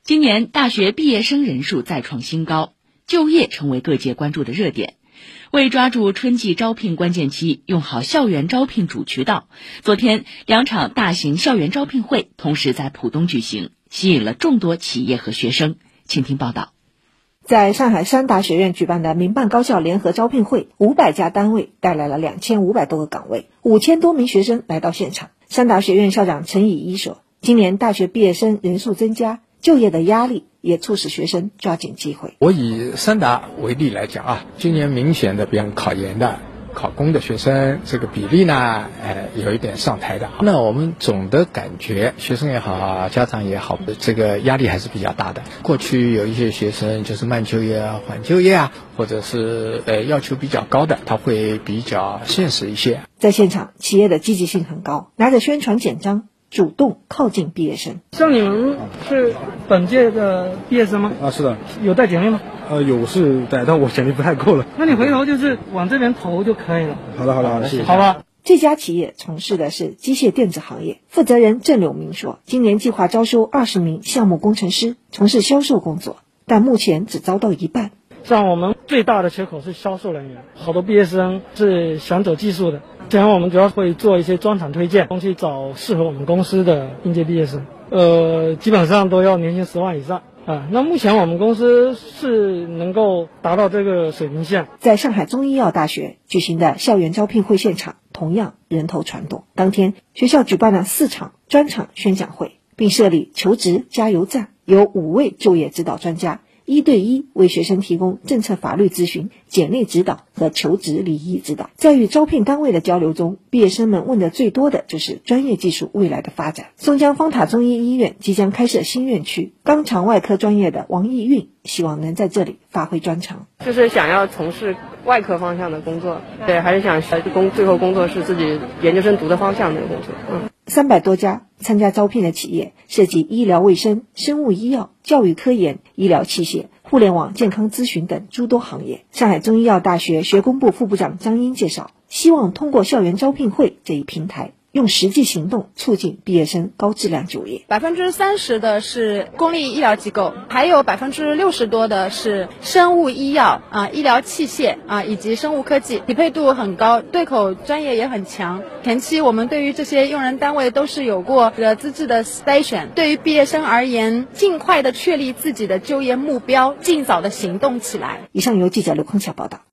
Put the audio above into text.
今年大学毕业生人数再创新高，就业成为各界关注的热点。为抓住春季招聘关键期，用好校园招聘主渠道，昨天2场大型校园招聘会同时在浦东举行，吸引了众多企业和学生。请听报道。 在上海三达学院举办的民办高校联合招聘会，500家单位带来了2500多个岗位，5000多名学生来到现场。三达学院校长陈以一说，今年大学毕业生人数增加，就业的压力也促使学生抓紧机会。 我以三达为例来讲今年明显的比方考研的、考公的学生这个比例呢，有一点上抬的。那我们总的感觉，学生也好，家长也好，这个压力还是比较大的。过去有一些学生就是慢就业啊、缓就业啊，或者是要求比较高的，他会比较现实一些。 在现场，企业的积极性很高，拿着宣传简章，主动靠近毕业生。 像你们是本届的毕业生吗？ 是的。 有带简历吗？ 有是带，但我简历不太够了。 那你回头就是往这边投就可以了。 好的，谢谢。 好吧。 这家企业从事的是机械电子行业，负责人郑柳明说，今年计划招收20名项目工程师，从事销售工作，但目前只招到一半。 像我们最大的缺口是销售人员，好多毕业生是想走技术的，这样我们主要会做一些专场推荐，去找适合我们公司的应届毕业生，基本上都要年薪10万以上。那目前我们公司是能够达到这个水平线。 在上海中医药大学举行的校园招聘会现场，同样人头攒动。当天，学校举办了4场专场宣讲会，并设立求职加油站，由5位就业指导专家1对1为学生提供政策法律咨询、简历指导和求职礼仪指导。在与招聘单位的交流中，毕业生们问的最多的就是专业技术未来的发展。松江方塔中医医院即将开设新院区，肛肠外科专业的王艺韵希望能在这里发挥专长。 就是想要从事外科方向的工作，对，还是想最后工作是自己研究生读的方向的工作。 300多家参加招聘的企业涉及医疗卫生、生物医药、教育科研、医疗器械、互联网健康咨询等诸多行业。上海中医药大学学工部副部长张英介绍，希望通过校园招聘会这一平台，用实际行动促进毕业生高质量就业。 30%的是公立医疗机构，还有60%多的是生物医药医疗器械以及生物科技，匹配度很高，对口专业也很强。前期我们对于这些用人单位都是有过资质的筛选。对于毕业生而言，尽快的确立自己的就业目标，尽早的行动起来。 以上由记者刘坤晓报道。